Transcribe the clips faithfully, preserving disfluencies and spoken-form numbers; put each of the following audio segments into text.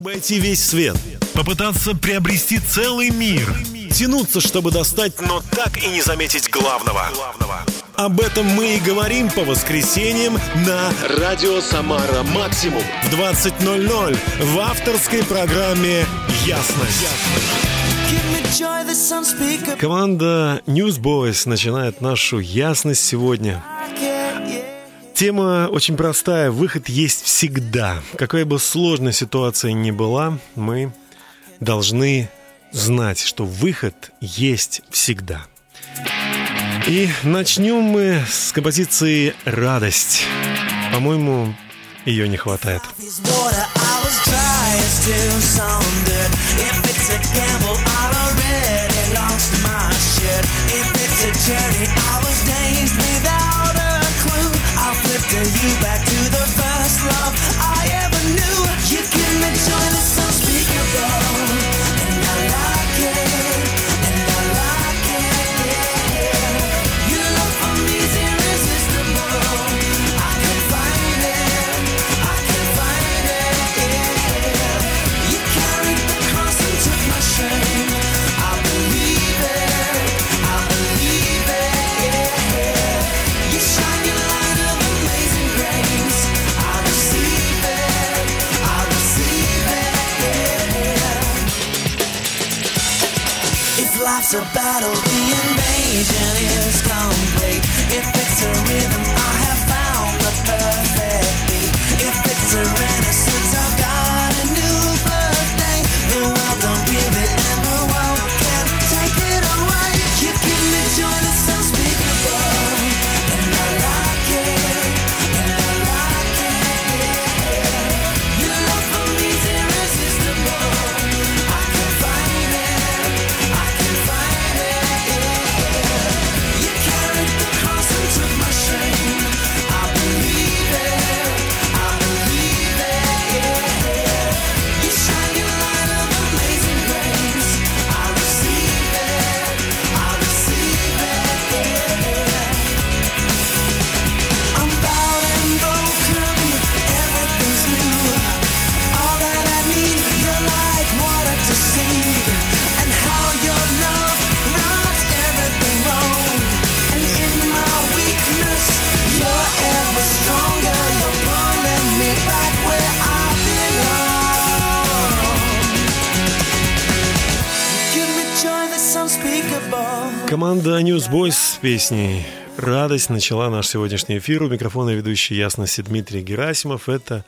Обойти весь свет, попытаться приобрести целый мир, тянуться, чтобы достать, но так и не заметить главного. Об этом мы и говорим по воскресеньям на Радио Самара Максимум в двадцать ноль ноль в авторской программе «Ясность». Команда Newsboys начинает нашу ясность сегодня. Тема очень простая. Выход есть всегда. Какая бы сложная ситуация ни была, мы должны знать, что выход есть всегда. И начнем мы с композиции «Радость». По-моему, ее не хватает. I'll flip to you back to the first love I ever knew. You give me joy that's unspeakable, and I like it, and I like it, yeah. Your love for me is irresistible. I can find it, I can find it, yeah. You carried the cross and took my shame. I believe it, I believe it, yeah. You shine your light. Life's a battle, the invasion is complete. If it's a rhythm, I have found the perfect beat. If it's a renaissance, I've got a new birthday. The world don't give it, and the world can't take it away. You give me joy that's unspeakable, and I like it, and I like it, yeah. Your love for me is irresistible. I can find it, I can find it, yeah. You carried the cross and took my shame. I believe it, I believe it, yeah. You shine your light of amazing grace. I receive it, I receive it, yeah. I'm bowed and broken, everything's new. All that I need, you're like water to see. And how your love rights everything wrong. And in my weakness, you're ever stronger. You're pulling me back where I belong. Give me joy that's unspeakable. Команда Newsboys с песней «Радость» начала наш сегодняшний эфир. У микрофона ведущий ясности Дмитрий Герасимов. Это,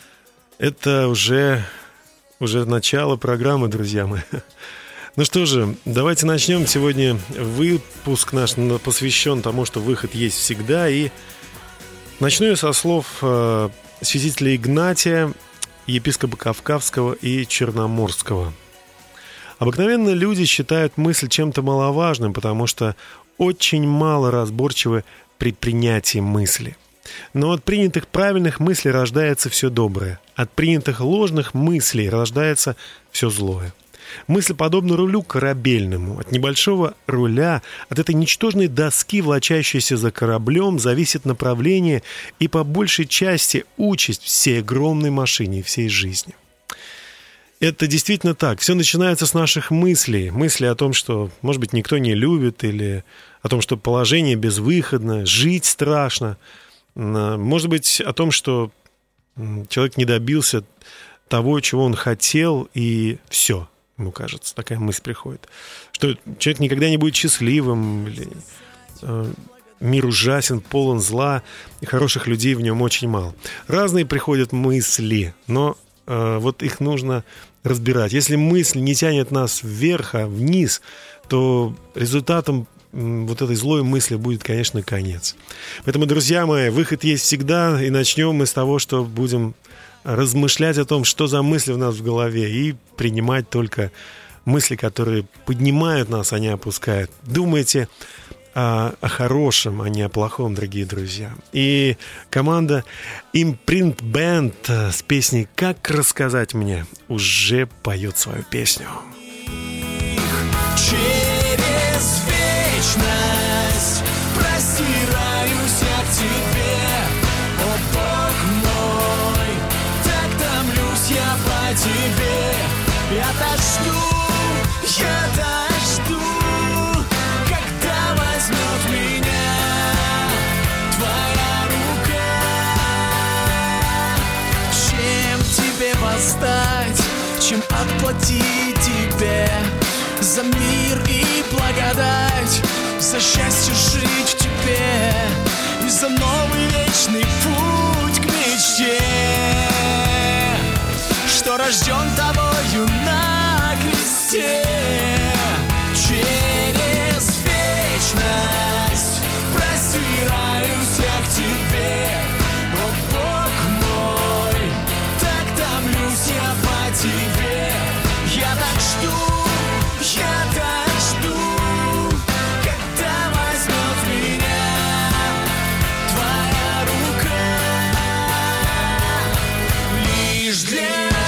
это уже, уже начало программы, друзья мои. Ну что же, давайте начнем. Сегодня выпуск наш посвящен тому, что выход есть всегда. И начну я со слов э, святителя Игнатия, епископа Кавказского и Черноморского. Обыкновенно люди считают мысль чем-то маловажным, потому что очень мало разборчивы при принятии мысли. Но от принятых правильных мыслей рождается все доброе. От принятых ложных мыслей рождается все злое. Мысль подобна рулю корабельному. От небольшого руля, от этой ничтожной доски, влачащейся за кораблем, зависит направление и по большей части участь всей огромной машине и всей жизни. Это действительно так. Все начинается с наших мыслей. Мысли о том, что, может быть, никто не любит, или о том, что положение безвыходно, жить страшно. Может быть, о том, что человек не добился того, чего он хотел, и все. Ему кажется, такая мысль приходит. Что человек никогда не будет счастливым, или э, мир ужасен, полон зла, и хороших людей в нем очень мало. Разные приходят мысли, но э, вот их нужно разбирать. Если мысль не тянет нас вверх, а вниз, то результатом э, вот этой злой мысли будет, конечно, конец. Поэтому, друзья мои, выход есть всегда, и начнем мы с того, что будем размышлять о том, что за мысли у нас в голове, и принимать только мысли, которые поднимают нас, а не опускают. Думайте о, о хорошем, а не о плохом, дорогие друзья. И команда Imprint Band с песней «Как рассказать мне» уже поет свою песню. Через вечность простираюсь я к тебе, о Бог мой. Так томлюсь я по тебе. Я-то жду, я-то жду, когда возьмет меня твоя рука. Чем тебе воздать, чем отплатить тебе за мир и благодать, за счастье жить в тебе и за новый вечный путь к мечте, что рожден тобою на кресте. Через вечность простираюсь я к тебе, о Бог мой, так томлюсь я по тебе. Я так жду, я так жду, когда возьмет меня твоя рука. Лишь для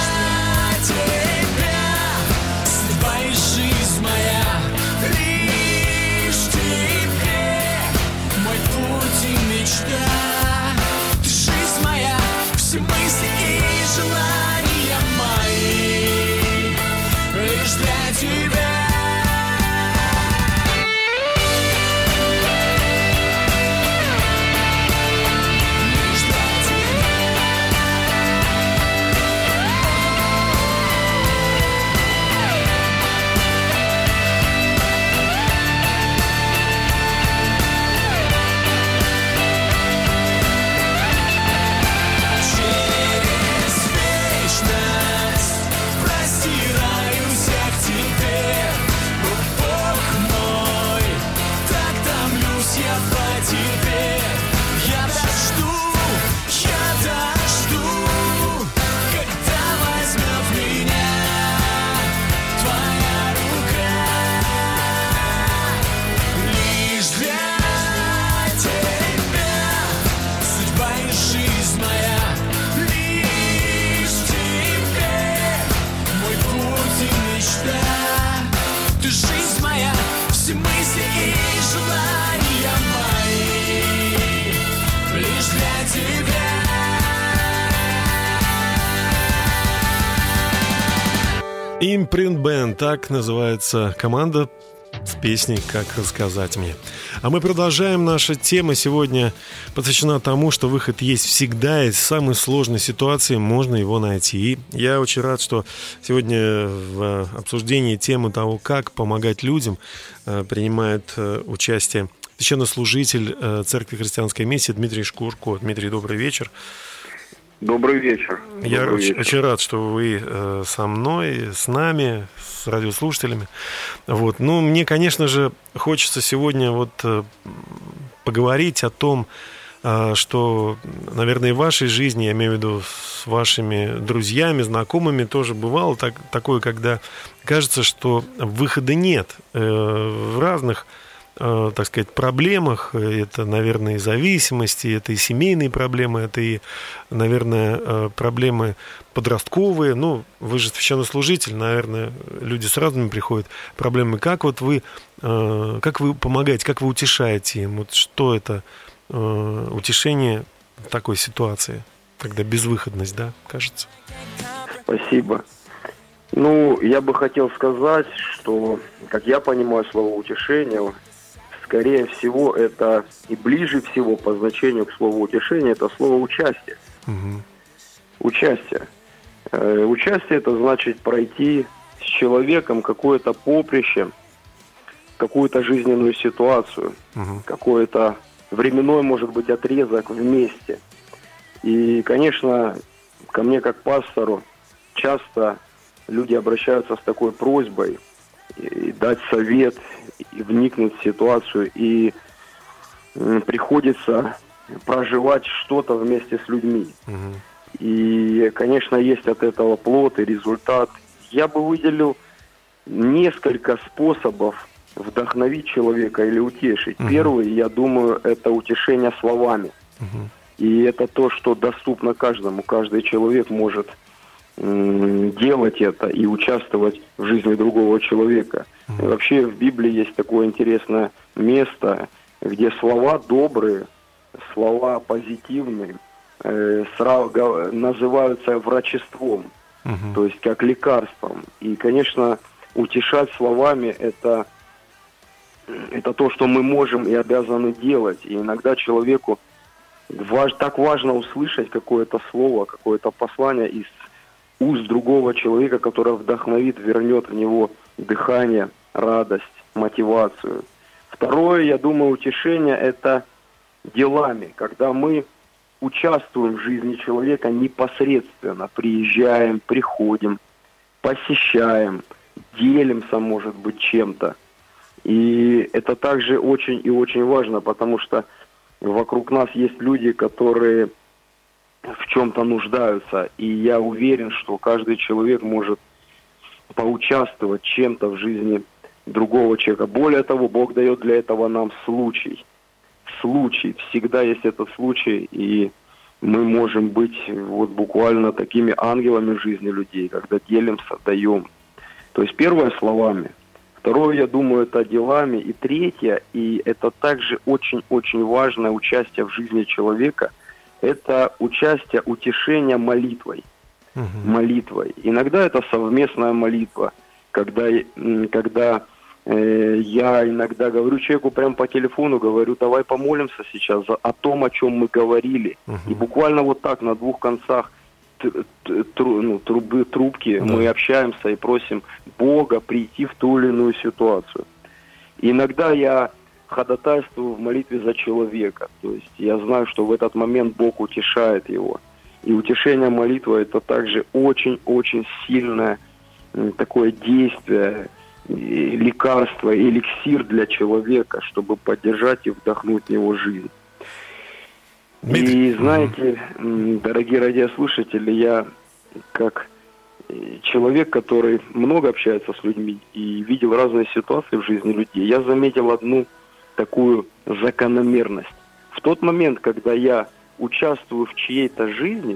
тебя судьба и жизнь моя, лишь тебе мой путь и мечта. Ты жизнь моя, все мысли и желания мои, лишь для тебя. Imprint Band, так называется команда с песней «Как рассказать мне». А мы продолжаем. Наша тема сегодня посвящена тому, что выход есть всегда, из самой сложной ситуации можно его найти. И я очень рад, что сегодня в обсуждении темы того, как помогать людям, принимает участие священнослужитель Церкви Христианской Миссии Дмитрий Шкурко. Дмитрий, добрый вечер. Добрый вечер. Я Добрый очень, вечер. очень рад, что вы э, со мной, с нами, с радиослушателями. Вот. Ну, мне, конечно же, хочется сегодня вот э, поговорить о том, э, что, наверное, в вашей жизни, я имею в виду с вашими друзьями, знакомыми, тоже бывало так, такое, когда кажется, что выхода нет э, в разных, так сказать, проблемах. Это, наверное, и зависимости, это и семейные проблемы, это и, наверное, проблемы подростковые. Ну, вы же священнослужитель, наверное, люди с разными приходят проблемы. Как вот вы, как вы помогаете, как вы утешаете им? Вот что это утешение в такой ситуации, когда безвыходность, да, кажется? Спасибо. Ну, я бы хотел сказать, что, как я понимаю слово утешение, скорее всего, это и ближе всего по значению к слову утешение, это слово участие. Угу. Участие. Э, участие — это значит пройти с человеком какое-то поприще, какую-то жизненную ситуацию, угу. какой-то временной, может быть, отрезок вместе. И, конечно, ко мне как пастору часто люди обращаются с такой просьбой и дать совет, и вникнуть в ситуацию, и м, приходится проживать что-то вместе с людьми. Угу. И, конечно, есть от этого плод и результат. Я бы выделил несколько способов вдохновить человека или утешить. Угу. Первый, я думаю, это утешение словами. Угу. И это то, что доступно каждому. Каждый человек может делать это и участвовать в жизни другого человека. Mm-hmm. Вообще в Библии есть такое интересное место, где слова добрые, слова позитивные э, сразу называются врачеством. Угу. то есть как лекарством. И, конечно, утешать словами это, это то, что мы можем и обязаны делать. И иногда человеку важ, так важно услышать какое-то слово, какое-то послание из уст другого человека, которое вдохновит, вернет в него дыхание, радость, мотивацию. Второе, я думаю, утешение – это делами, когда мы участвуем в жизни человека непосредственно, приезжаем, приходим, посещаем, делимся, может быть, чем-то. И это также очень и очень важно, потому что вокруг нас есть люди, которые в чем-то нуждаются. И я уверен, что каждый человек может поучаствовать чем-то в жизни другого человека. Более того, Бог дает для этого нам случай. Случай. Всегда есть этот случай, и мы можем быть вот буквально такими ангелами в жизни людей, когда делимся, даем. То есть первое – словами. Второе, я думаю, это делами. И третье, и это также очень-очень важное участие в жизни человека, это участие, утешение молитвой. Uh-huh. Молитвой. Иногда это совместная молитва, когда, когда э, я иногда говорю человеку прямо по телефону, говорю, давай помолимся сейчас за, о том, о чем мы говорили. Uh-huh. И буквально вот так на двух концах тру, ну, трубы, трубки uh-huh. мы общаемся и просим Бога прийти в ту или иную ситуацию. И иногда я ходатайствую в молитве за человека. То есть я знаю, что в этот момент Бог утешает его. И утешение молитвы – это также очень-очень сильное такое действие, лекарство, эликсир для человека, чтобы поддержать и вдохнуть в него жизнь. Дмитрий. И знаете, дорогие радиослушатели, я как человек, который много общается с людьми и видел разные ситуации в жизни людей, я заметил одну такую закономерность. В тот момент, когда я участвую в чьей-то жизни,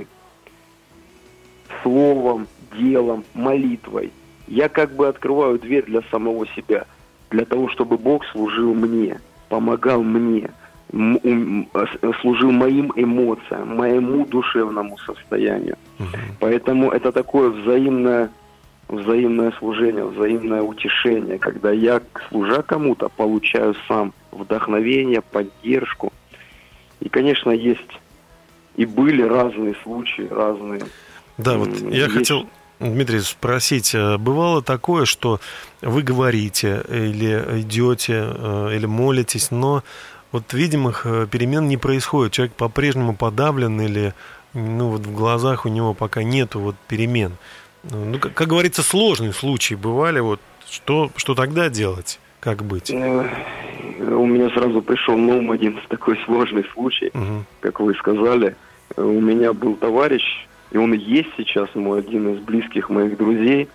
словом, делом, молитвой, я как бы открываю дверь для самого себя, для того, чтобы Бог служил мне, помогал мне, служил моим эмоциям, моему душевному состоянию. Угу. Поэтому это такое взаимное, взаимное служение, взаимное утешение, когда я, служа кому-то, получаю сам вдохновение, поддержку. И, конечно, есть и были разные случаи, разные. Да, вот я есть... хотел, Дмитрий, спросить, бывало такое, что вы говорите или идете, или молитесь, но вот видимых перемен не происходит, человек по-прежнему подавлен или ну, вот в глазах у него пока нету вот перемен. Ну, как, как говорится, сложные случаи бывали, вот что, что тогда делать, как быть? У меня сразу пришел на ум один такой сложный случай, угу. как вы сказали. У меня был товарищ, и он есть сейчас мой один из близких моих друзей,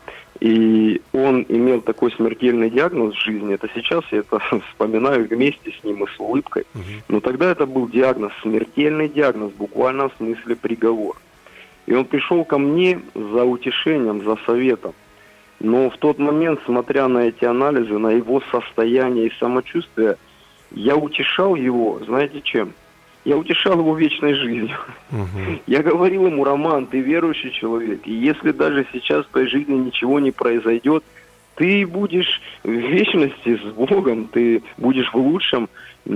и он имел такой смертельный диагноз в жизни. Это сейчас я это вспоминаю вместе с ним и с улыбкой. Угу. Но тогда это был диагноз, смертельный диагноз, буквально в смысле приговор. И он пришел ко мне за утешением, за советом. Но в тот момент, смотря на эти анализы, на его состояние и самочувствие, я утешал его, знаете чем? Я утешал его вечной жизнью. Uh-huh. Я говорил ему: Роман, ты верующий человек, и если даже сейчас в твоей жизни ничего не произойдет, ты будешь в вечности с Богом, ты будешь в лучшем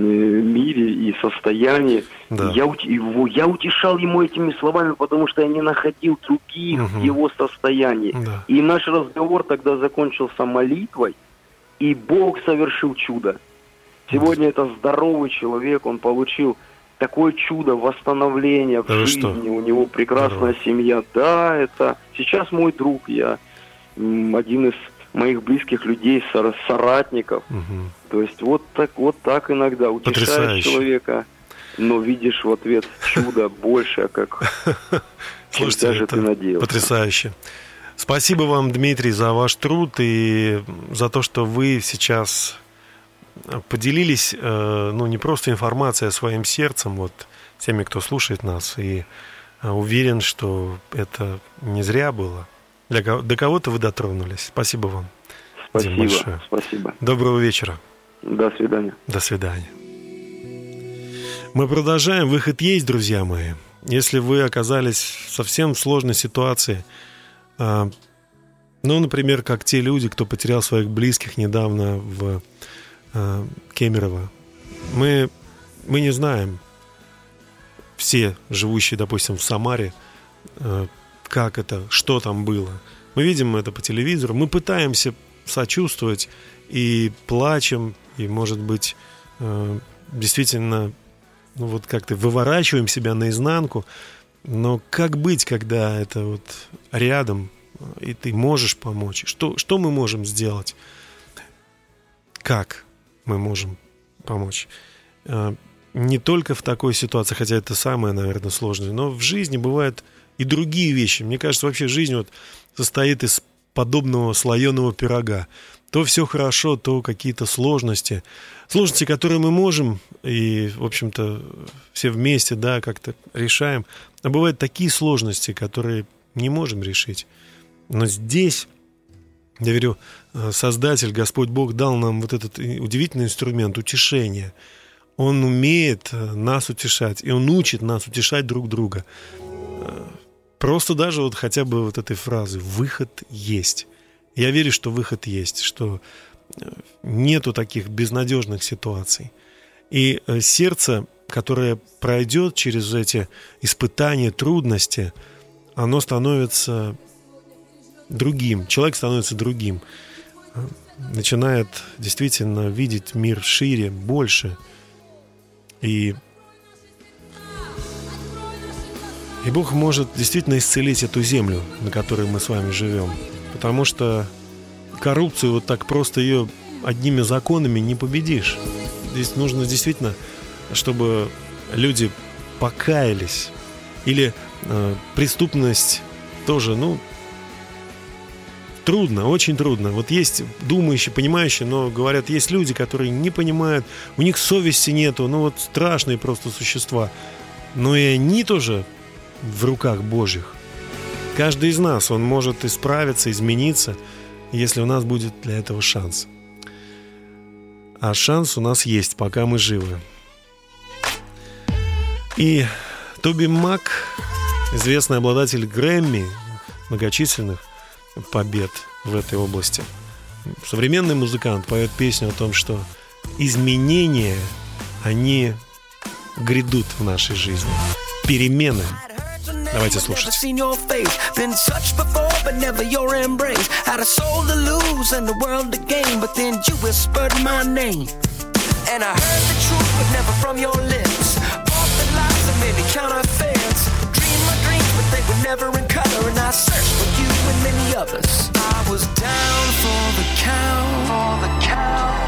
мире и состоянии. Да. Я, его, я утешал ему этими словами, потому что я не находил других uh-huh. в его состоянии. Да. И наш разговор тогда закончился молитвой, и Бог совершил чудо. Сегодня uh-huh. это здоровый человек, он получил такое чудо восстановления в да жизни, что? У него прекрасная да. семья. Да, это сейчас мой друг, я один из моих близких людей, соратников. Угу. То есть вот так, вот так иногда утешаешь Потрясающе. Человека, но видишь в ответ чудо большее, как Слушайте, даже ты надеялся. Потрясающе. Спасибо вам, Дмитрий, за ваш труд и за то, что вы сейчас поделились, ну, не просто информацией, а своим сердцем, вот, теми, кто слушает нас, и уверен, что это не зря было. Для кого- до кого-то вы дотронулись. Спасибо вам. Спасибо, Дим, большое. Спасибо. Доброго вечера. До свидания. До свидания. Мы продолжаем. Выход есть, друзья мои. Если вы оказались в совсем сложной ситуации, А, ну, например, как те люди, кто потерял своих близких недавно в а, Кемерово. Мы, мы не знаем, все живущие, допустим, в Самаре, а, как это, что там было. Мы видим это по телевизору, мы пытаемся сочувствовать и плачем, и, может быть, а, действительно, ну, вот как-то выворачиваем себя наизнанку. Но как быть, когда это вот рядом, и ты можешь помочь? Что, что мы можем сделать? Как мы можем помочь? Не только в такой ситуации, хотя это самое, наверное, сложное, но в жизни бывают и другие вещи. Мне кажется, вообще жизнь вот состоит из подобного слоеного пирога. То все хорошо, то какие-то сложности. Сложности, которые мы можем, и, в общем-то, все вместе, да, как-то решаем. А бывают такие сложности, которые не можем решить. Но здесь, я верю, Создатель, Господь Бог дал нам вот этот удивительный инструмент утешения. Он умеет нас утешать, и Он учит нас утешать друг друга. Просто даже вот хотя бы вот этой фразы «выход есть». Я верю, что выход есть, что нету таких безнадежных ситуаций. И сердце, которое пройдет через эти испытания, трудности, оно становится другим. Человек становится другим. Начинает действительно видеть мир шире, больше. И, и Бог может действительно исцелить эту землю, на которой мы с вами живем. Потому что коррупцию вот так просто ее одними законами не победишь. Здесь нужно действительно, чтобы люди покаялись. Или э, преступность тоже, ну, трудно, очень трудно. Вот есть думающие, понимающие, но говорят, есть люди, которые не понимают, у них совести нету, ну вот страшные просто существа. Но и они тоже в руках Божьих. Каждый из нас, он может исправиться, измениться, если у нас будет для этого шанс. А шанс у нас есть, пока мы живы. И Тоби Мак, известный обладатель Грэмми, многочисленных побед в этой области. Современный музыкант поет песню о том, что изменения, они грядут в нашей жизни. Перемены. Давайте слушать. Been touched before, but never your embrace. Had a soul to lose and the world to gain, but then you whispered my name. And I heard the truth, but never from your lips. Bought the lies of many counterfeits. Dreamed my dreams, but they were never in color. And I searched for you and many others. I was down for the count, for the count.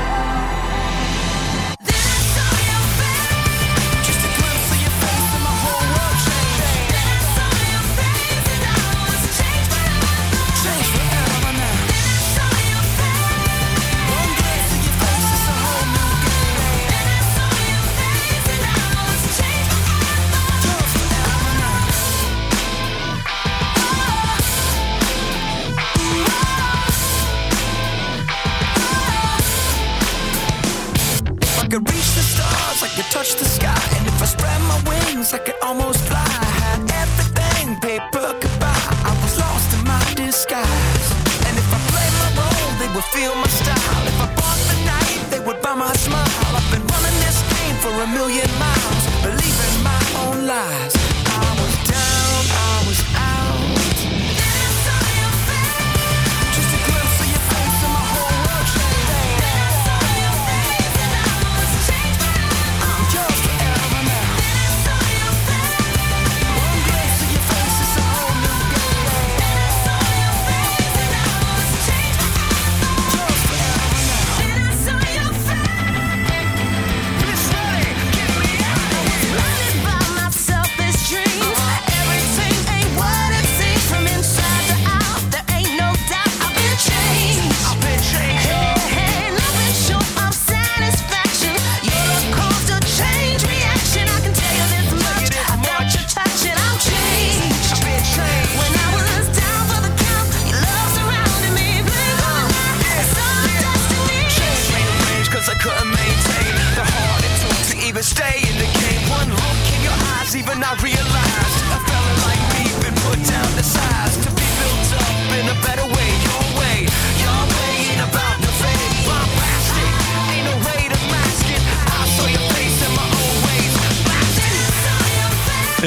I could reach the stars, I could touch the sky. And if I spread my wings, I could almost fly. I had everything, paper could buy. I was lost in my disguise. And if I played my role, they would feel my style. If I bought the night, they would buy my smile. I've been running this game for a million miles, believing my own lies. I was down, I was out. Just a glimpse of your face and my whole world changed. Dream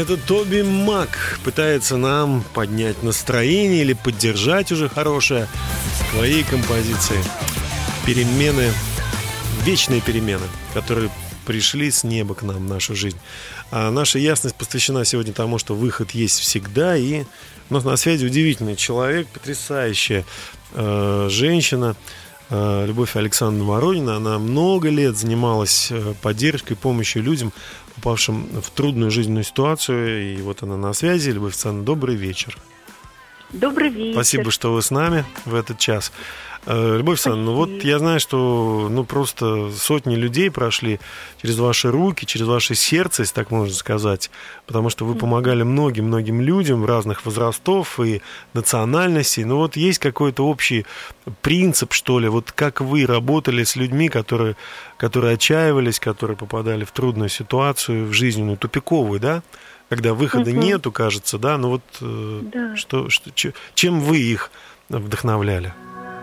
Это Тоби Мак пытается нам поднять настроение или поддержать уже хорошее своей композиции. Перемены, вечные перемены, которые пришли с неба к нам в нашу жизнь. А наша ясность посвящена сегодня тому, что выход есть всегда. И у нас на связи удивительный человек, потрясающая э, женщина, э, Любовь Александровна Воронина. Она много лет занималась э, поддержкой, помощью людям, попавшим в трудную жизненную ситуацию. И вот она на связи. Любовь Александровна, добрый вечер. Добрый вечер. Спасибо, что вы с нами в этот час. Любовь Александровна, ну вот я знаю, что ну просто сотни людей прошли через ваши руки, через ваше сердце, если так можно сказать, потому что вы помогали многим-многим людям разных возрастов и национальностей. Ну вот есть какой-то общий принцип, что ли, вот как вы работали с людьми, которые, которые отчаивались, которые попадали в трудную ситуацию, в жизненную, тупиковую, да? Когда выхода угу. нету, кажется, да, ну вот да. Что, что, чем вы их вдохновляли?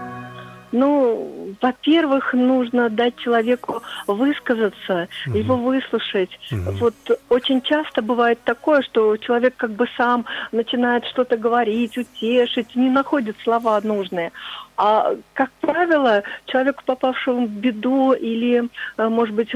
Ну, во-первых, нужно дать человеку высказаться, угу. его выслушать. Угу. Вот очень часто бывает такое, что человек как бы сам начинает что-то говорить, утешить, не находит слова нужные. А, как правило, человеку, попавшему в беду или, может быть,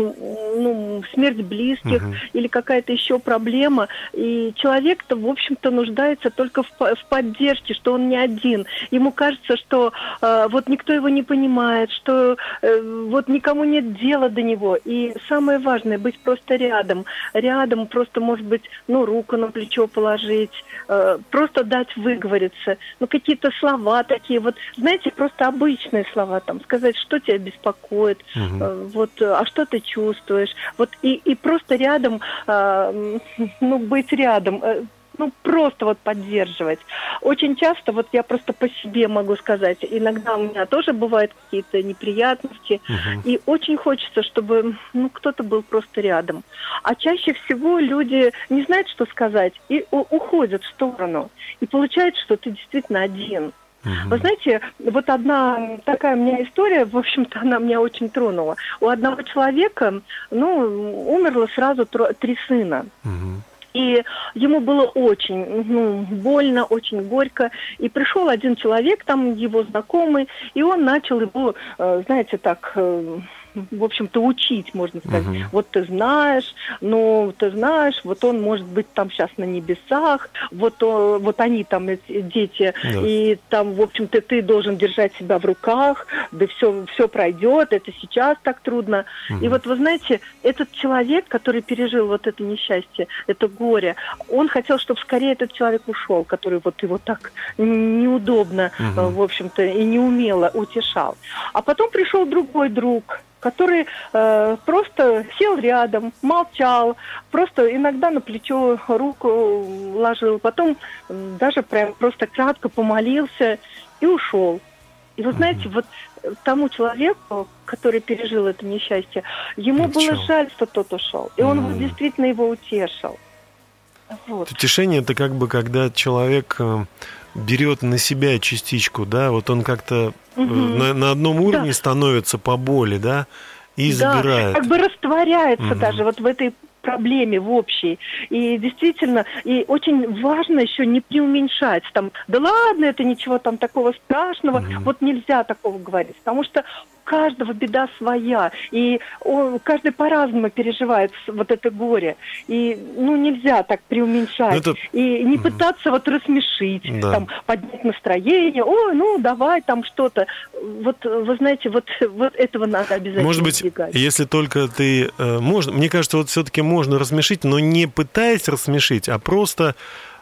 ну, смерть близких, uh-huh. или какая-то еще проблема, и человек-то, в общем-то, нуждается только в, в поддержке, что он не один. Ему кажется, что э, вот никто его не понимает, что э, вот никому нет дела до него. И самое важное — быть просто рядом. Рядом просто, может быть, ну, руку на плечо положить, э, просто дать выговориться. Ну, какие-то слова такие вот, знаете, просто обычные слова, там, сказать, что тебя беспокоит, uh-huh. вот, а что ты чувствуешь, вот, и, и просто рядом, э, ну, быть рядом, э, ну, просто вот поддерживать. Очень часто, вот я просто по себе могу сказать, иногда у меня тоже бывают какие-то неприятности, uh-huh. и очень хочется, чтобы, ну, кто-то был просто рядом. А чаще всего люди не знают, что сказать, и у- уходят в сторону, и получается, что ты действительно один. Uh-huh. Вы знаете, вот одна такая у меня история, в общем-то, она меня очень тронула. У одного человека, ну, умерло сразу тро- три сына. Uh-huh. И ему было очень, ну, больно, очень горько. И пришел один человек, там его знакомый, и он начал его, э, знаете, так... Э, в общем-то, учить, можно сказать. Uh-huh. Вот ты знаешь, ну, ты знаешь, вот он может быть там сейчас на небесах, вот, о, вот они там, эти дети, yeah. и там, в общем-то, ты должен держать себя в руках, да все, все пройдет, это сейчас так трудно. Uh-huh. И вот, вы знаете, этот человек, который пережил вот это несчастье, это горе, он хотел, чтобы скорее этот человек ушел, который вот его так неудобно, uh-huh. в общем-то, и неумело утешал. А потом пришел другой друг, который э, просто сел рядом, молчал, просто иногда на плечо руку ложил, потом э, даже прям просто кратко помолился и ушел. И вы знаете, mm-hmm. вот тому человеку, который пережил это несчастье, ему это было что? жаль, что тот ушел, и он mm-hmm. вот действительно его утешил. Вот. Утешение — это как бы когда человек берет на себя частичку, да, вот он как-то угу. на, на одном уровне да. становится по боли, да, и забирает. Да, как бы растворяется угу. даже вот в этой проблеме в общей. И действительно, и очень важно еще не преуменьшать. Там, да ладно, это ничего там такого страшного. Угу. Вот нельзя такого говорить, потому что у каждого беда своя, и он, каждый по-разному переживает вот это горе. И, ну, нельзя так преуменьшать. Это... И не пытаться вот рассмешить, да. там, поднять настроение. Ой, ну, давай там что-то. Вот, вы знаете, вот, вот этого надо обязательно Может быть, избегать. Если только ты... Э, можно, мне кажется, вот все-таки можно рассмешить, но не пытаясь рассмешить, а просто...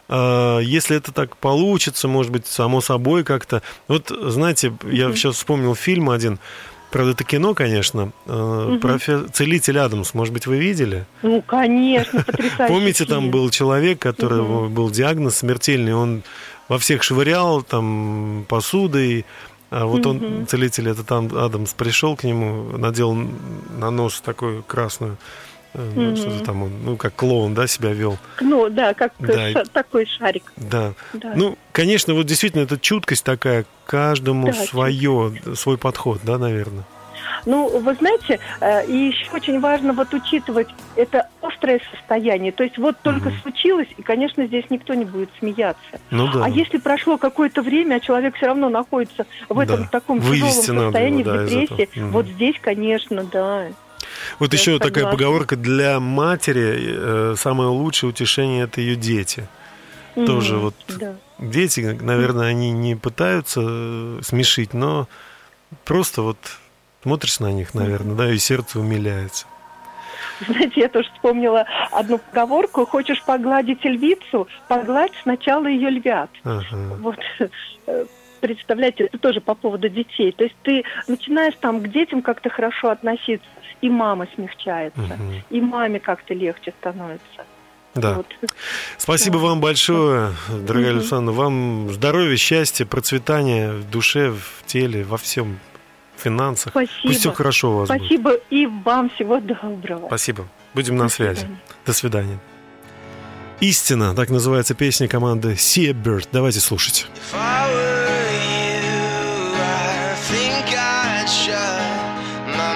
Если это так получится, может быть, само собой как-то. Вот, знаете, я сейчас вспомнил фильм один, правда, это кино, конечно, угу. про целитель Адамс, может быть, вы видели? Ну, конечно, потрясающе. Помните, фильм. Там был человек, которого угу. был диагноз смертельный, он во всех швырял там посудой, а вот угу. он, целитель этот Адамс, пришел к нему, надел на нос такую красную... Ну, mm-hmm. что-то там он, ну, как клоун, да, себя вел. Ну, да, как да. ш- такой шарик. Да. да. Ну, конечно, вот действительно, эта чуткость такая, каждому да, свое, чуткость. Свой подход, да, наверное. Ну, вы знаете, и еще очень важно вот учитывать, это острое состояние. То есть вот только Мгм. случилось, и, конечно, здесь никто не будет смеяться. Ну да. А если прошло какое-то время, а человек все равно находится в этом Да. таком Вывести тяжелом надо состоянии, его, да, в из депрессии, этого. Мгм. вот здесь, конечно, да. Вот Я еще такая согласна. поговорка: для матери э, самое лучшее утешение — это ее дети. Тоже Мгм, вот да. дети, наверное, они не пытаются э, смешить, но просто вот смотришь на них, наверное, да, и сердце умиляется. Знаете, я тоже вспомнила одну поговорку: хочешь погладить львицу, погладь сначала ее львят. Ага. Вот, э, представляете, это тоже по поводу детей. То есть ты начинаешь там к детям как-то хорошо относиться, и мама смягчается, Мгм. и маме как-то легче становится. Да. Вот. Спасибо Да. вам большое, дорогая Мгм. Александра. Вам здоровья, счастья, процветания в душе, в теле, во всем, в финансах. Спасибо. Пусть все хорошо у вас будет. Спасибо, и вам всего доброго. Спасибо. Будем на До связи. свидания. До свидания. «Истина», так называется песня команды Seabird. Давайте слушать. If I were you, I think I'd shut my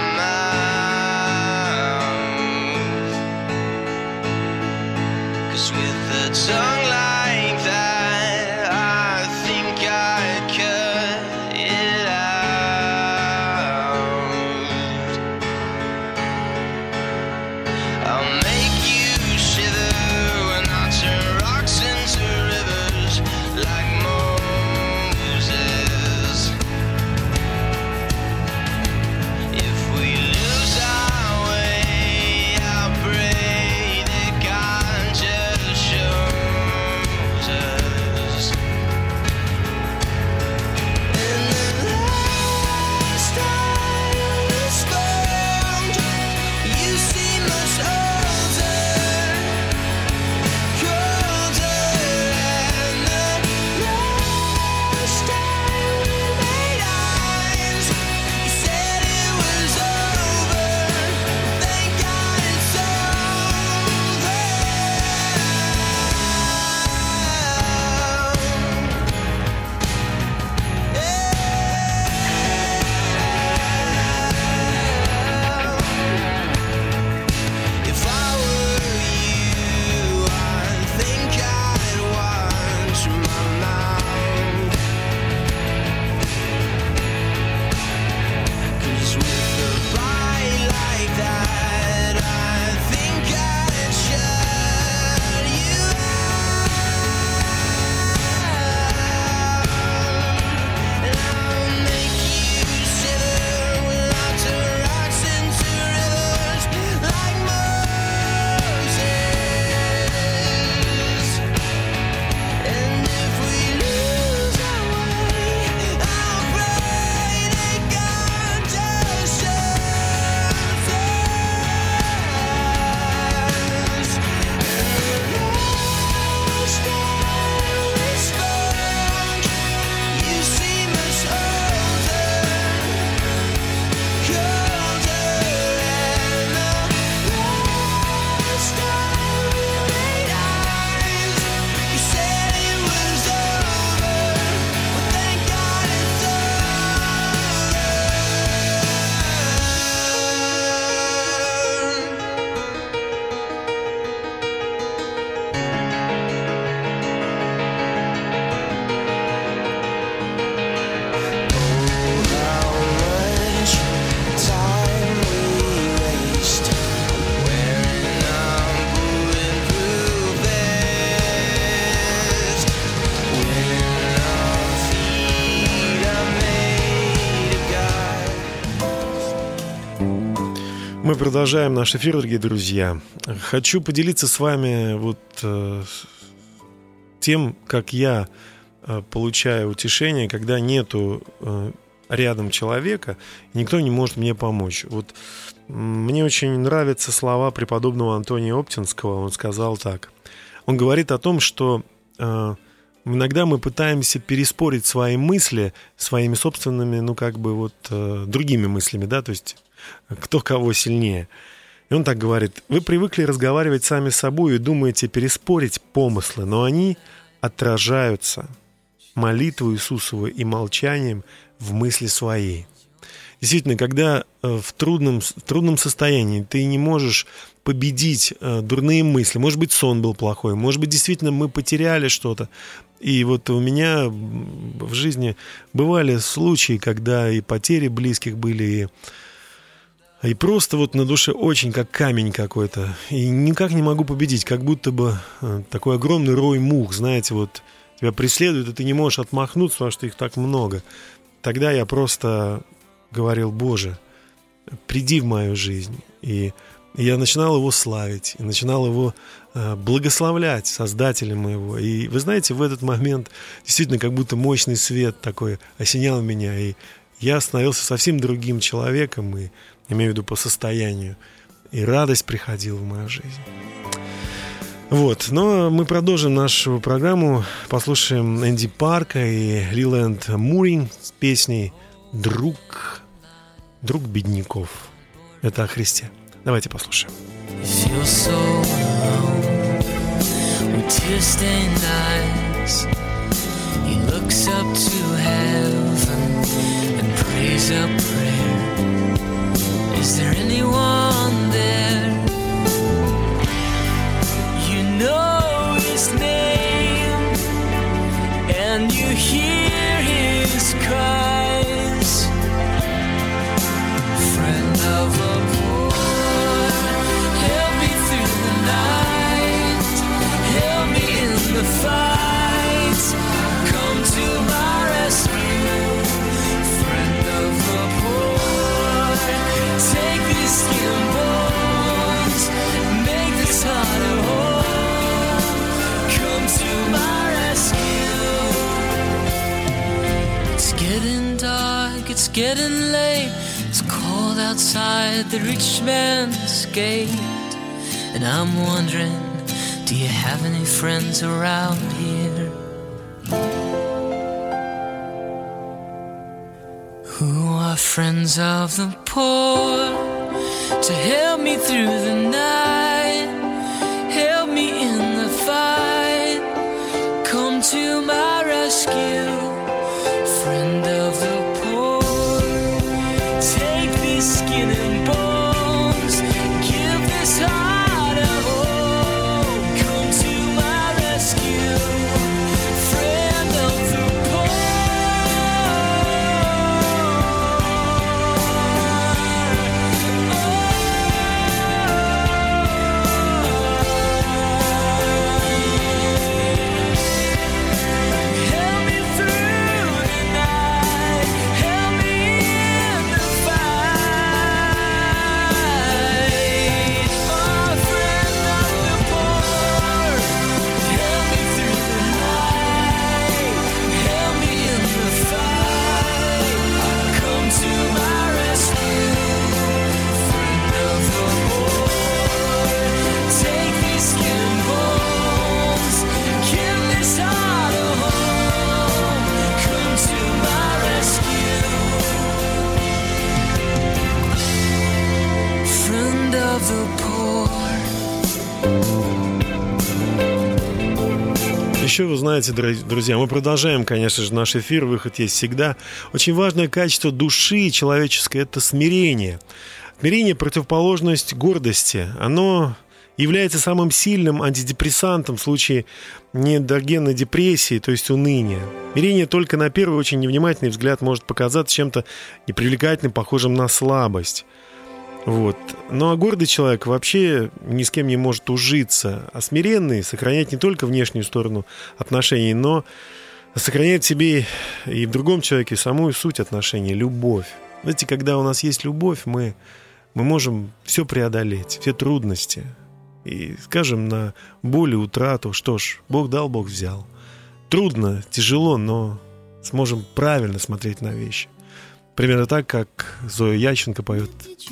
mouth. 'Cause with a tongue like that, I think I'd cut it out. I'll make you shiver when I turn rocks into rivers like Moses. If we lose our way, I pray that God just shows us. And the last time we spoke, you seemed much older, colder, and the last time we made eyes, you said it was over. Thank God it's over. If I were you, I think I'd watch my mouth. 'Cause with a bite like that, I think I'd shut you out. And I'll make you shiver when I turn rocks into rivers like Moses. And if we lose our way, I'll pray that God just shows us. And the last time we spoke, you seemed much older, colder, and the last time we made eyes, you said it was over. Well, thank God it's over. How much time we waste wearing our bulletproof vest, when our feet are made of God. Мы продолжаем наш эфир, дорогие друзья. Хочу поделиться с вами вот э, с- тем, как я э, получаю утешение, когда нету э, рядом человека, и никто не может мне помочь. Вот м, мне очень нравятся слова преподобного Антония Оптинского. Он сказал так. Он говорит о том, что э, иногда мы пытаемся переспорить свои мысли своими собственными, ну как бы вот э, другими мыслями, да, то есть кто кого сильнее. И он так говорит: вы привыкли разговаривать сами с собой и думаете переспорить помыслы, но они отражаются молитвой Иисусовой и молчанием в мысли своей. Действительно, когда в трудном, в трудном состоянии ты не можешь победить дурные мысли, может быть, сон был плохой, может быть, действительно мы потеряли что-то. И вот у меня в жизни бывали случаи, когда и потери близких были, и, и просто вот на душе очень как камень какой-то. И никак не могу победить, как будто бы такой огромный рой мух, знаете, вот тебя преследуют, и ты не можешь отмахнуться, потому что их так много. Тогда я просто говорил: Боже, приди в мою жизнь. И я начинал его славить, и начинал его э, благословлять, Создателя моего. И вы знаете, в этот момент действительно как будто мощный свет такой осенял меня, и я становился совсем другим человеком, и имею в виду по состоянию, и радость приходила в мою жизнь. Вот, но мы продолжим нашу программу, послушаем Энди Парка и Лиланд Мурин с песней «Друг, друг бедняков». Это о Христе. Давайте послушаем. Feel so alone with tear-stained eyes. He looks up to heaven and prays a prayer. Is there anyone there? You know his name and you hear his cries. Friend of a the fight, come to my rescue, friend of the poor. Take these skin bones, make this heart a home. Come to my rescue. It's getting dark, it's getting late. It's cold outside the rich man's gate, and I'm wondering, do you have any friends around here who are friends of the poor, to help me through the night, help me in the fight, come to my rescue, friend of the poor. Take this skin and bones, give this heart a home. Еще вы знаете, друзья, мы продолжаем, конечно же, наш эфир, выход есть всегда. Очень важное качество души человеческой – это смирение. Смирение – противоположность гордости. Оно является самым сильным антидепрессантом в случае неэндогенной депрессии, то есть уныния. Смирение только на первый очень невнимательный взгляд может показаться чем-то непривлекательным, похожим на слабость. Вот. Ну а гордый человек вообще ни с кем не может ужиться, а смиренный сохраняет не только внешнюю сторону отношений, но сохраняет в себе и в другом человеке самую суть отношений – любовь. Знаете, когда у нас есть любовь, мы, мы можем все преодолеть, все трудности. И скажем на боль и утрату, что ж, Бог дал, Бог взял. Трудно, тяжело, но сможем правильно смотреть на вещи. Примерно так, как Зоя Ященко поет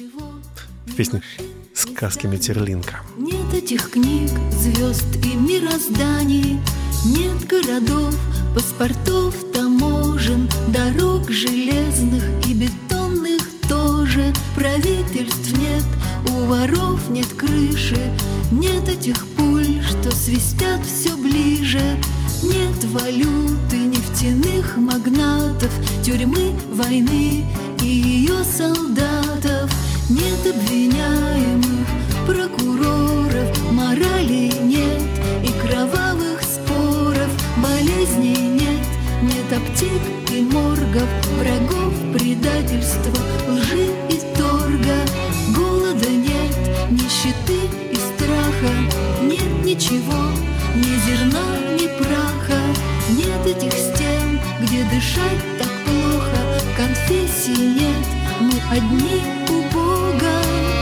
в песне «Сказки Метерлинка». Нет этих книг, звезд и мирозданий, нет городов, паспортов, таможен, дорог железных и бетонных тоже. Правительств нет, у воров нет крыши, нет этих пуль, что свистят все ближе. Нет валюты, нефтяных магнатов, тюрьмы, войны и ее солдатов. Нет обвиняемых, прокуроров, морали нет и кровавых споров. Болезней нет, нет аптек и моргов, врагов, предательства, лжи и торга. Голода нет, нищеты и страха, нет ничего, ни зерна, ни праха. Нет этих стен, где дышать так плохо, конфессий нет, мы одни у Бога.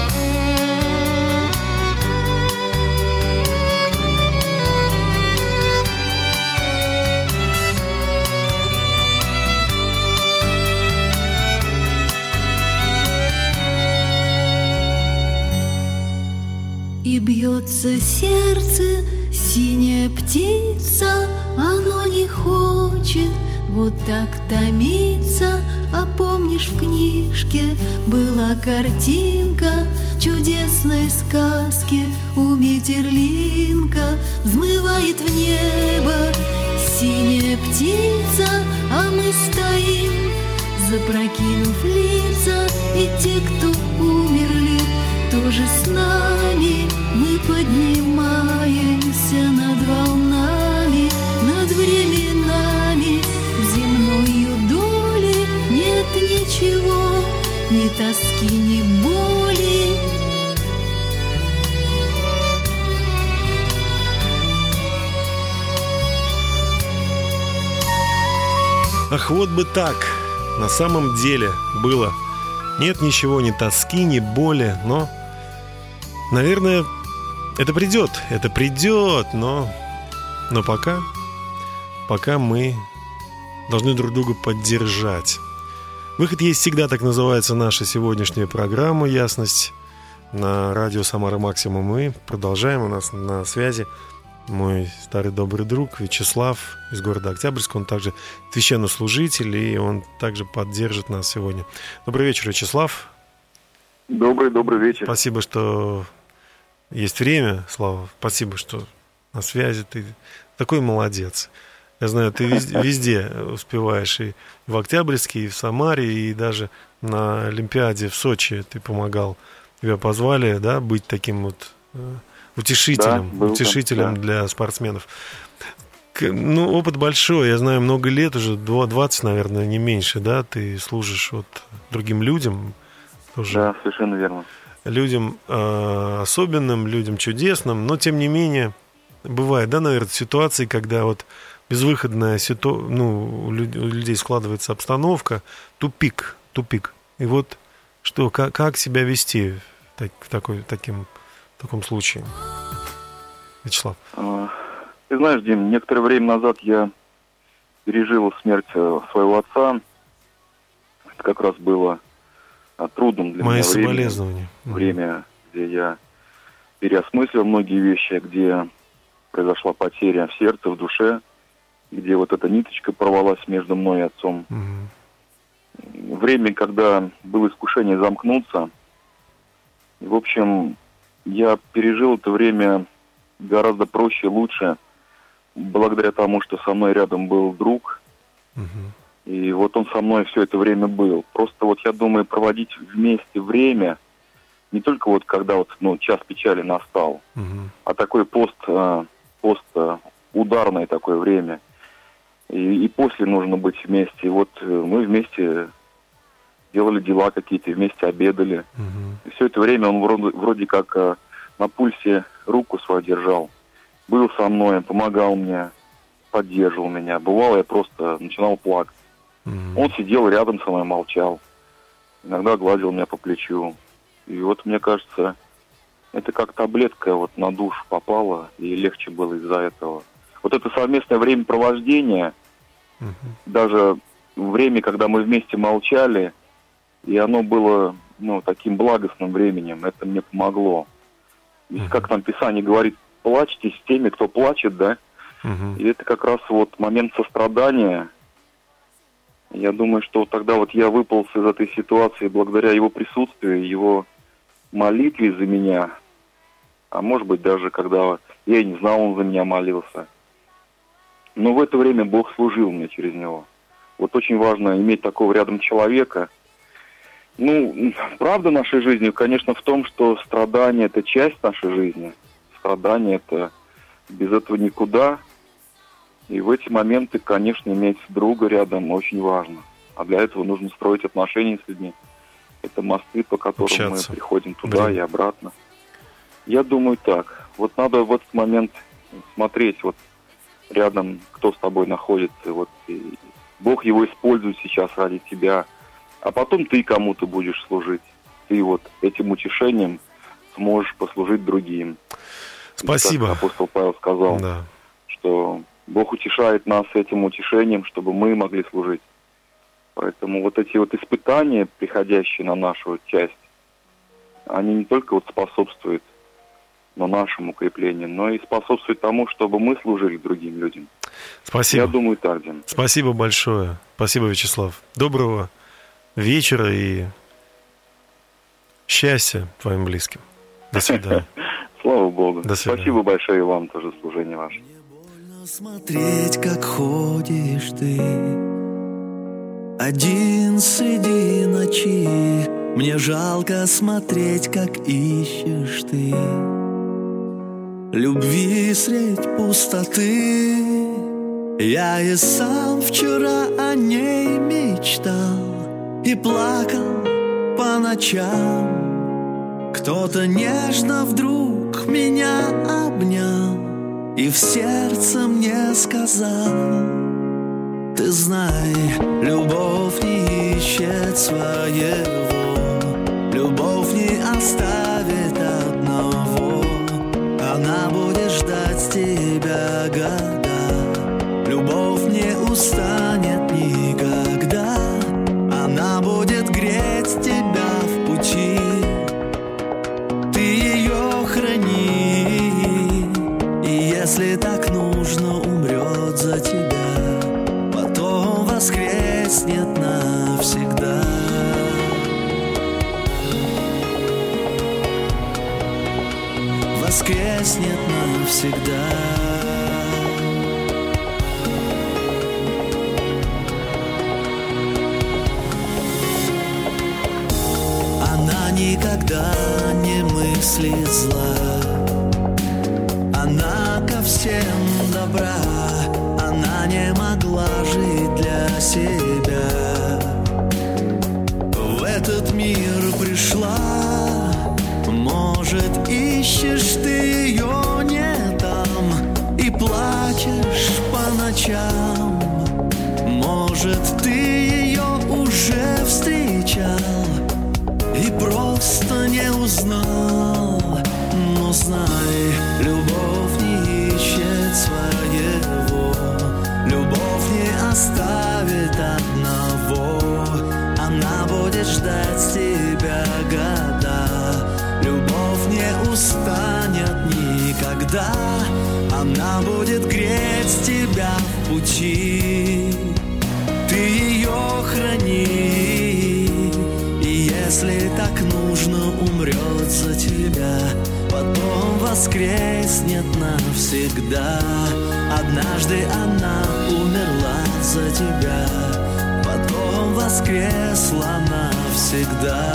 И бьется сердце, синяя птица, оно не хочет вот так томиться. А помнишь, в книжке была картинка чудесной сказки у Метерлинка? Взмывает в небо синяя птица, а мы стоим, запрокинув лица. И те, кто умерли, тоже с нами. Мы поднимаемся над волнами, над временами. В земною доли нет ничего, ни тоски, ни боли. Ах, вот бы так на самом деле было. Нет ничего, ни тоски, ни боли, но, наверное, это придет, это придет, но, но пока, пока мы должны друг друга поддержать. Выход есть всегда, так называется наша сегодняшняя программа «Ясность» на радио «Самара Максимум». Мы продолжаем, у нас на связи мой старый добрый друг Вячеслав из города Октябрьска. Он также священнослужитель, и он также поддержит нас сегодня. Добрый вечер, Вячеслав. Добрый, добрый вечер. Спасибо, что есть время, Слава. Спасибо, что на связи. Ты такой молодец. Я знаю, ты везде, везде успеваешь. И в Октябрьске, и в Самаре, и даже на Олимпиаде в Сочи ты помогал. Тебя позвали, да, быть таким вот утешителем, да, утешителем там, да. для спортсменов. Ну, опыт большой, я знаю, много лет уже, двадцать, наверное, не меньше, да, ты служишь вот другим людям. Тоже да, совершенно верно. Людям э, особенным, людям чудесным, но, тем не менее, бывает, да, наверное, ситуации, когда вот безвыходная ситуация, ну, у людей складывается обстановка, тупик, тупик. И вот что, как, как себя вести в, в, такой, таким, в таком случае? Вячеслав. Ты знаешь, Дим, некоторое время назад я пережил смерть своего отца. Это как раз было трудным для Мои меня время. соболезнования. Время, где я переосмыслил многие вещи, где произошла потеря в сердце, в душе, где вот эта ниточка порвалась между мной и отцом. Угу. Время, когда было искушение замкнуться. И, в общем, я пережил это время гораздо проще, лучше, благодаря тому, что со мной рядом был друг. Угу. И вот он со мной все это время был. Просто вот я думаю, проводить вместе время, не только вот когда вот, ну, час печали настал, угу. а такой пост, пост ударное такое время. И, и после нужно быть вместе. И вот мы вместе делали дела какие-то, вместе обедали. Угу. И все это время он вроде, вроде как на пульсе руку свою держал. Был со мной, помогал мне, поддерживал меня. Бывало, я просто начинал плакать. Mm-hmm. Он сидел рядом со мной, молчал. Иногда гладил меня по плечу. И вот, мне кажется, это как таблетка вот на душу попала, и легче было из-за этого. Вот это совместное времяпровождение, mm-hmm. даже время, когда мы вместе молчали, и оно было, ну, таким благостным временем, это мне помогло. Ведь, mm-hmm. как там Писание говорит, плачьте с теми, кто плачет, да? Uh-huh. И это как раз вот момент сострадания. Я думаю, что тогда вот я выполз из этой ситуации благодаря его присутствию, его молитве за меня. А может быть, даже когда я и не знал, он за меня молился. Но в это время Бог служил мне через него. Вот очень важно иметь такого рядом человека, Ну, правда нашей жизни, конечно, в том, что страдание – это часть нашей жизни. Страдание – это без этого никуда. И в эти моменты, конечно, иметь друга рядом очень важно. А для этого нужно строить отношения с людьми. Это мосты, по которым Общаться. мы приходим туда Время. и обратно. Я думаю так. Вот надо в этот момент смотреть, вот рядом, кто с тобой находится. Вот, и Бог его использует сейчас ради тебя. А потом ты кому-то будешь служить. Ты вот этим утешением сможешь послужить другим. Спасибо. Как апостол Павел сказал, Да. что Бог утешает нас этим утешением, чтобы мы могли служить. Поэтому вот эти вот испытания, приходящие на нашу часть, они не только вот способствуют на нашему укреплению, но и способствуют тому, чтобы мы служили другим людям. Спасибо. Я думаю так, Дим. Спасибо большое. Спасибо, Вячеслав. Доброго вечера и счастья твоим близким. До свидания. Слава Богу. До свидания. Спасибо большое и вам тоже, служение ваше. Смотреть, как ходишь ты один среди ночи. Мне жалко смотреть, как ищешь ты любви средь пустоты. Я и сам вчера о ней мечтал и плакал по ночам. Кто-то нежно вдруг меня обнял и в сердце мне сказал: ты знай, любовь не ищет своего, любовь не оставит одного. Она будет ждать тебя года, любовь не устанет никогда. Она будет греть тебя в пути, ты ее храни. И если так нужно, умрет за тебя, потом воскреснет навсегда. Воскреснет навсегда. Она никогда не мыслит зла, она ко всем добра. Она не могла жить для себя, в этот мир пришла. Может, ищешь ты ее не там и плачешь по ночам. Может, ты ее уже встречал и просто не узнал. Но знай, любовь не ищет своего, любовь не оставит одного. Она будет ждать тебя года, любовь не устанет никогда. Она будет греть тебя в пути, ты ее храни. И если так нужно, умрет за тебя, потом воскреснет навсегда. Однажды она умерла за тебя, потом воскресла навсегда.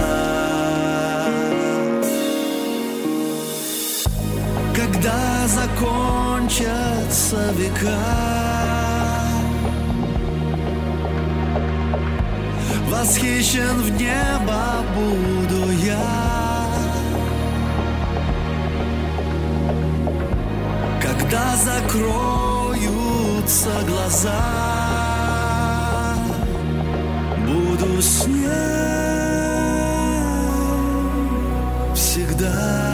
Когда закончатся века, восхищен в небо буду я. Когда закроются глаза, буду с ней всегда.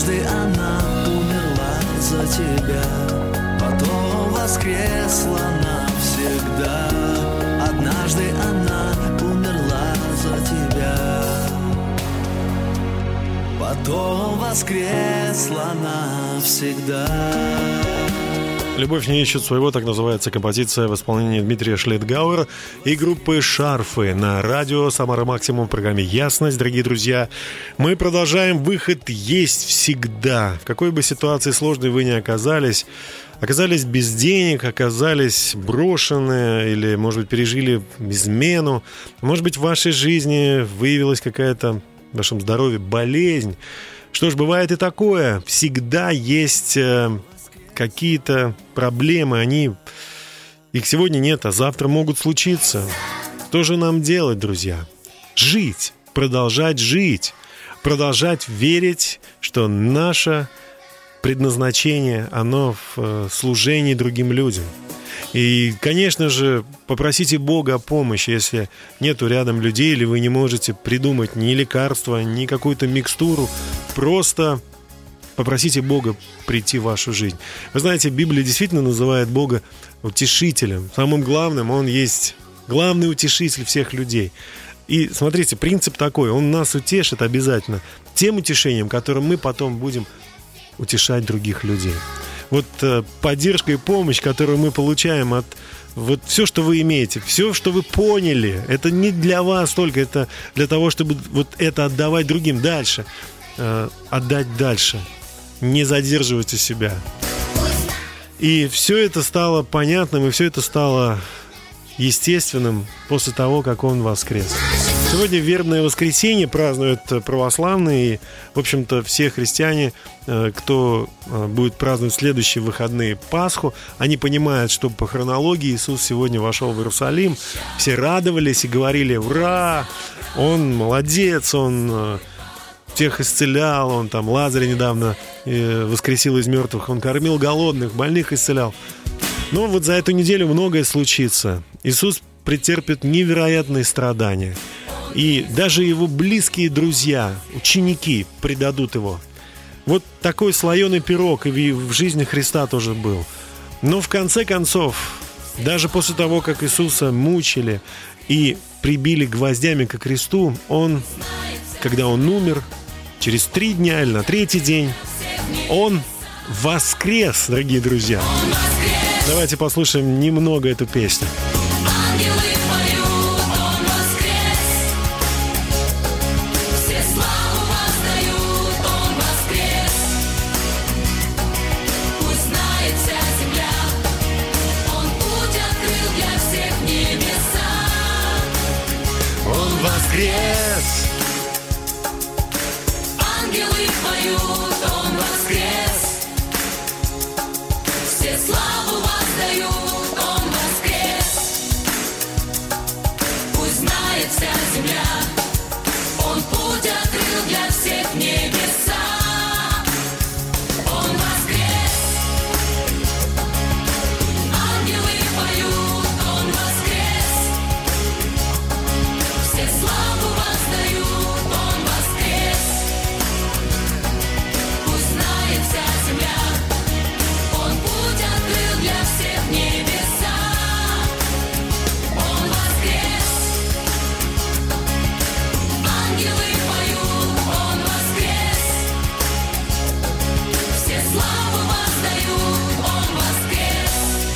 Однажды она умерла за тебя, потом воскресла навсегда. Однажды она умерла за тебя, потом воскресла навсегда. «Любовь не ищет своего», так называется композиция в исполнении Дмитрия Шлетгауэра и группы «Шарфы» на радио «Самара Максимум» в программе «Ясность». Дорогие друзья, мы продолжаем. Выход есть всегда. В какой бы ситуации сложной вы ни оказались, оказались без денег, оказались брошены или, может быть, пережили измену, может быть, в вашей жизни выявилась какая-то, в вашем здоровье, болезнь. Что ж, бывает и такое. Всегда есть какие-то проблемы, они, их сегодня нет, а завтра могут случиться. Что же нам делать, друзья? Жить, продолжать жить, продолжать верить, что наше предназначение, оно в служении другим людям. И, конечно же, попросите Бога о помощи, если нету рядом людей, или вы не можете придумать ни лекарства, ни какую-то микстуру, просто попросите Бога прийти в вашу жизнь. Вы знаете, Библия действительно называет Бога утешителем. Самым главным, Он есть главный утешитель всех людей. И смотрите, принцип такой, Он нас утешит обязательно тем утешением, которым мы потом будем утешать других людей. Вот э, поддержка и помощь, которую мы получаем от... Вот все, что вы имеете, все, что вы поняли, это не для вас только, это для того, чтобы вот это отдавать другим дальше, э, отдать дальше. Не задерживать у себя. И все это стало понятным, и все это стало естественным после того, как Он воскрес. Сегодня вербное воскресенье празднуют православные, и, в общем-то, все христиане, кто будет праздновать в следующие выходные Пасху, они понимают, что по хронологии Иисус сегодня вошел в Иерусалим. Все радовались и говорили: «Ура! Он молодец, Он всех исцелял, Он там Лазаря недавно воскресил из мертвых, Он кормил голодных, больных исцелял». Но вот за эту неделю многое случится. Иисус претерпит невероятные страдания. И даже Его близкие друзья, ученики предадут Его. Вот такой слоеный пирог и в жизни Христа тоже был. Но в конце концов, даже после того, как Иисуса мучили и прибили гвоздями к кресту, Он, когда Он умер, через три дня или на третий день, Он воскрес, дорогие друзья. Давайте послушаем немного эту песню. Он воскрес. Ангелы поют, Он воскрес. Все славу воздают, Он воскрес. Пусть знает вся земля, Он путь открыл для всех небеса. Он воскрес. Ангелы поют, Он воскрес. Все славу воздают, Он воскрес. Пусть знает вся земля, Он путь открыл для всех небеса. Он воскрес. Ангелы поют, Он воскрес. Все славу воздают, Он воскрес.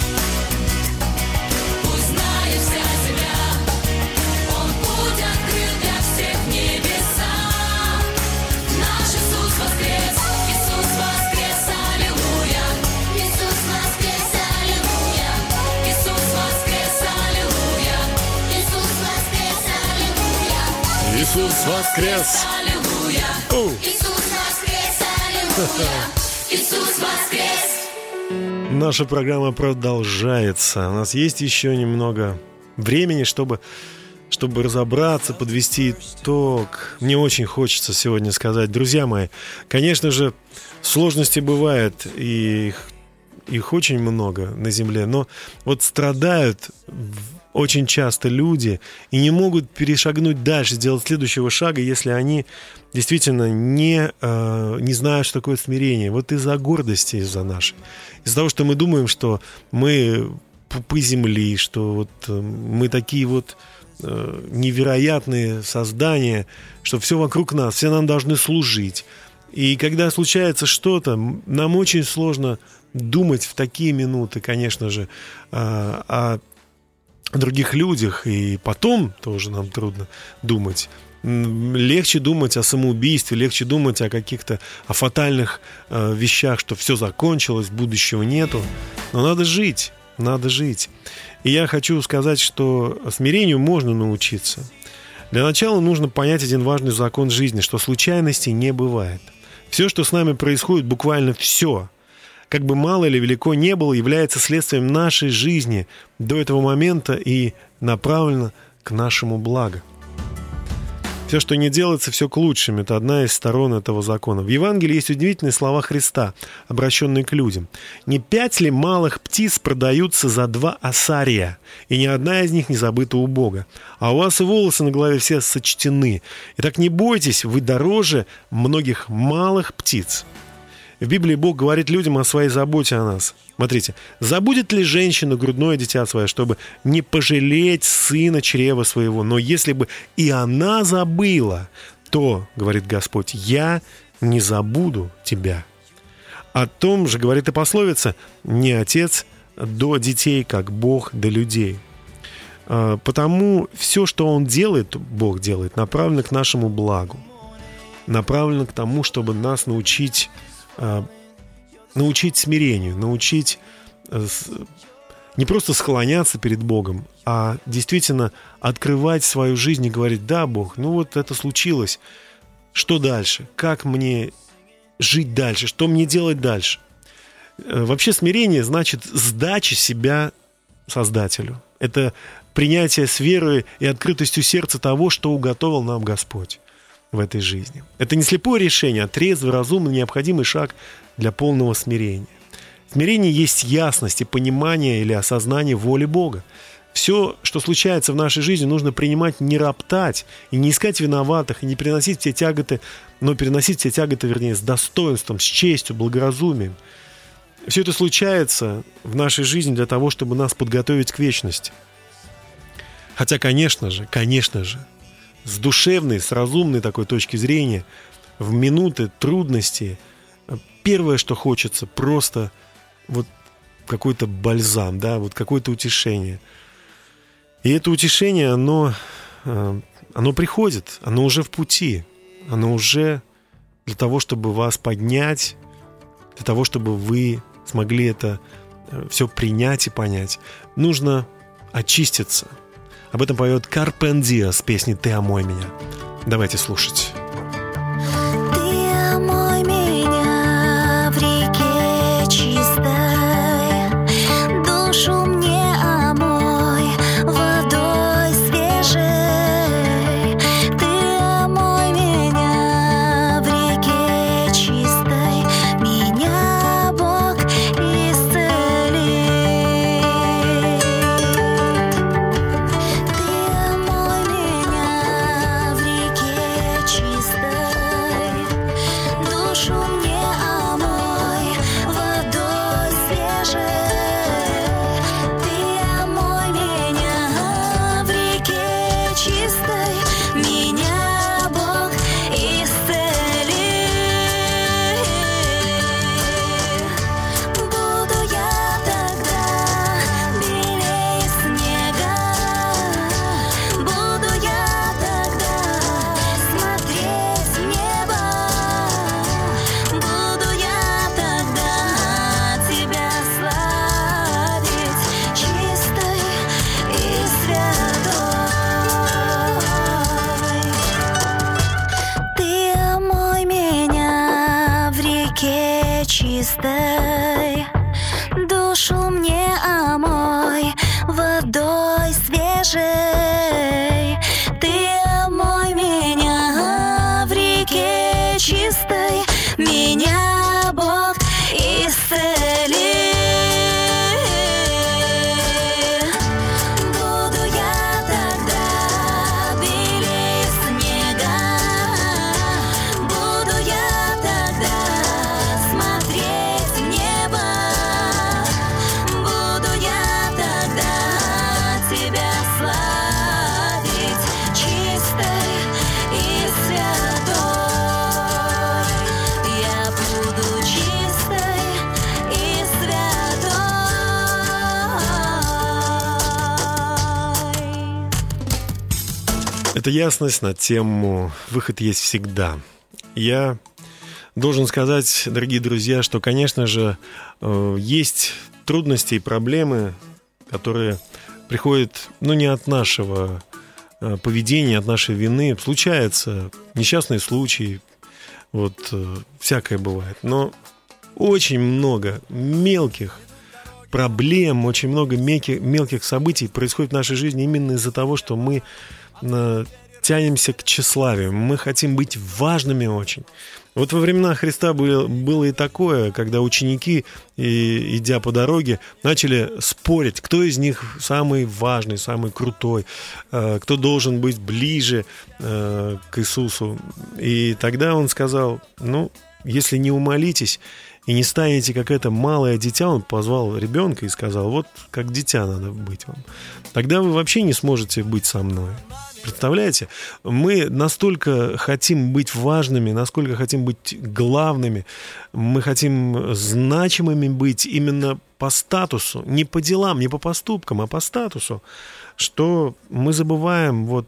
Пусть знает вся земля, Он путь открыл для всех небеса. Наш Иисус воскрес, Иисус воскрес, аллилуйя. Иисус воскрес, аллилуйя. Иисус воскрес, аллилуйя. Иисус воскрес, аллилуйя. Иисус воскрес. Аллилуйя. Оу. Иисус воскрес, аллилуйя. Иисус воскрес. Наша программа продолжается. У нас есть еще немного времени, чтобы, чтобы разобраться, подвести итог. Мне очень хочется сегодня сказать, друзья мои, конечно же, сложности бывают, и их их очень много на земле, но вот страдают очень часто люди и не могут перешагнуть дальше, сделать следующего шага, если они действительно не, э, не знают, что такое смирение. Вот из-за гордости, из-за нашей. Из-за того, что мы думаем, что мы пупы земли, что вот мы такие вот э, невероятные создания, что все вокруг нас, все нам должны служить. И когда случается что-то, нам очень сложно думать в такие минуты, конечно же, о, о других людях, и потом тоже нам трудно думать. Легче думать о самоубийстве, легче думать о каких-то о фатальных э, вещах, что все закончилось, будущего нету. Но надо жить, надо жить. И я хочу сказать, что смирению можно научиться. Для начала нужно понять один важный закон жизни, что случайностей не бывает. Все, что с нами происходит, буквально все, как бы мало или велико не было, является следствием нашей жизни до этого момента и направлено к нашему благу. Все, что не делается, все к лучшему. Это одна из сторон этого закона. В Евангелии есть удивительные слова Христа, обращенные к людям. «Не пять ли малых птиц продаются за два осария, и ни одна из них не забыта у Бога? А у вас и волосы на голове все сочтены. Итак, не бойтесь, вы дороже многих малых птиц». В Библии Бог говорит людям о своей заботе о нас. Смотрите, забудет ли женщина грудное дитя свое, чтобы не пожалеть сына чрева своего? Но если бы и она забыла, то, говорит Господь, я не забуду тебя. О том же говорит и пословица: не отец до детей, как Бог до людей. Потому все, что Он делает, Бог делает, направлено к нашему благу. Направлено к тому, чтобы нас научить научить смирению, научить не просто склоняться перед Богом, а действительно открывать свою жизнь и говорить: да, Бог, ну вот это случилось, что дальше? Как мне жить дальше? Что мне делать дальше? Вообще смирение значит сдача себя Создателю. Это принятие с верой и открытостью сердца того, что уготовил нам Господь в этой жизни. Это не слепое решение, а трезвый, разумный, необходимый шаг для полного смирения. Смирение есть ясность и понимание или осознание воли Бога. Все, что случается в нашей жизни, нужно принимать, не роптать и не искать виноватых, и не переносить все тяготы, но переносить все тяготы, вернее, с достоинством, с честью, благоразумием. Все это случается в нашей жизни для того, чтобы нас подготовить к вечности. Хотя, конечно же, конечно же, с душевной, с разумной такой точки зрения, в минуты трудностей, первое, что хочется, просто вот какой-то бальзам, да, вот какое-то утешение. И это утешение, оно, оно приходит, оно уже в пути, оно уже для того, чтобы вас поднять, для того, чтобы вы смогли это все принять и понять, нужно очиститься. Об этом поет Carpe Diem с песней «Ты омой меня». Давайте слушать. Ты омой меня в реке чистой, душу мне омой водой свежей. Ты омой меня в реке чистой, меня Бог исцели. Душу мне омой водой свежей. Ты омой меня в реке чистой, меня Бог исцели. Буду я тогда белее снега, буду я тогда смотреть в небо. Буду я тогда тебя славить чистой и святой. Ты омой меня в реке чистой, душу мне омой водой свежей. Ты омой меня в реке чистой, меня Бог исцели. Это ясность на тему «Выход есть всегда». Я должен сказать, дорогие друзья, что, конечно же, есть трудности и проблемы, которые приходят, ну, не от нашего поведения, от нашей вины. Случаются несчастные случаи, вот, всякое бывает. Но очень много мелких проблем, очень много мелких, мелких событий происходит в нашей жизни именно из-за того, что мы тянемся к тщеславию. Мы хотим быть важными очень. Вот во времена Христа было, было и такое, когда ученики, и, идя по дороге, начали спорить, кто из них самый важный, самый крутой, э, кто должен быть ближе э, к Иисусу. И тогда он сказал, ну, если не умолитесь и не станете как это малое дитя, он позвал ребенка и сказал, вот как дитя надо быть вам. Тогда вы вообще не сможете быть со мной. Представляете? Мы настолько хотим быть важными, насколько хотим быть главными, мы хотим значимыми быть именно по статусу, не по делам, не по поступкам, а по статусу, что мы забываем вот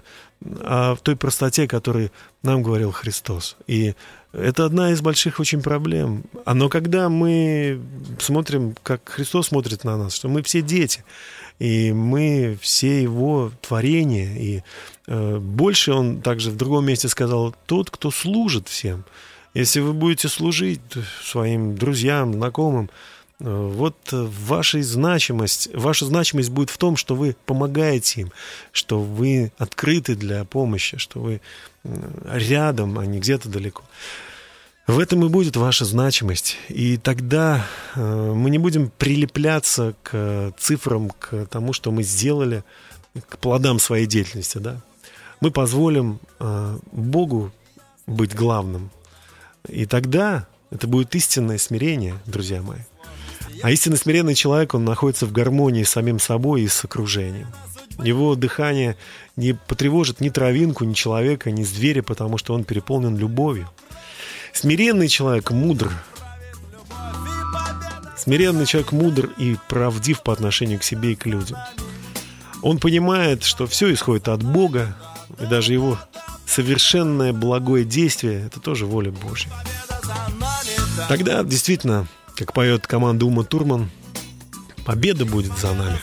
о той простоте, которой нам говорил Христос. И это одна из больших очень проблем. Но когда мы смотрим, как Христос смотрит на нас, что мы все дети, и мы все Его творения, и э, больше Он также в другом месте сказал, тот, кто служит всем. Если вы будете служить своим друзьям, знакомым, э, вот ваша значимость, ваша значимость будет в том, что вы помогаете им, что вы открыты для помощи, что вы рядом, а не где-то далеко. В этом и будет ваша значимость. И тогда э, мы не будем прилепляться к цифрам, к тому, что мы сделали, к плодам своей деятельности. Да? Мы позволим э, Богу быть главным. И тогда это будет истинное смирение, друзья мои. А истинно смиренный человек, он находится в гармонии с самим собой и с окружением. Его дыхание не потревожит ни травинку, ни человека, ни зверя, потому что он переполнен любовью. Смиренный человек мудр. Смиренный человек мудр и правдив по отношению к себе и к людям. Он понимает, что все исходит от Бога, и даже его совершенное благое действие – это тоже воля Божья. Тогда действительно, как поет команда Ума Турман, победа будет за нами.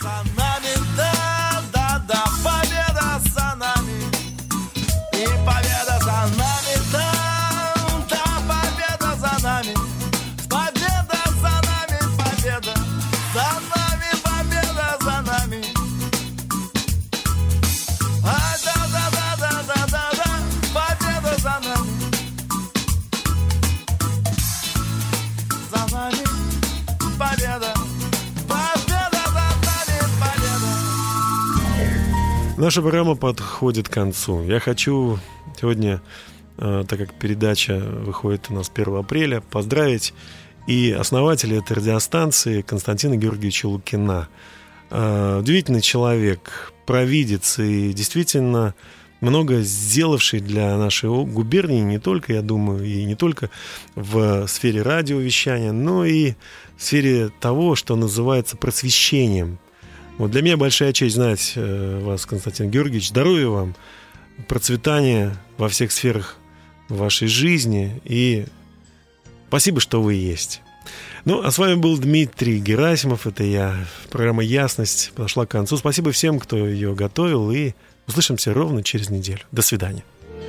Наша программа подходит к концу. Я хочу сегодня, э, так как передача выходит у нас первого апреля, поздравить и основателя этой радиостанции Константина Георгиевича Лукина. Э, удивительный человек, провидец и действительно много сделавший для нашей губернии, не только, я думаю, и не только в сфере радиовещания, но и в сфере того, что называется просвещением. Вот для меня большая честь знать вас, Константин Георгиевич. Здоровья вам, процветания во всех сферах вашей жизни. И спасибо, что вы есть. Ну, а с вами был Дмитрий Герасимов. Это я. Программа «Ясность» подошла к концу. Спасибо всем, кто ее готовил. И услышимся ровно через неделю. До свидания.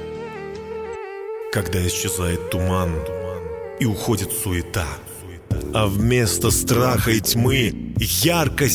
Когда исчезает туман и уходит суета, а вместо страха и тьмы ярко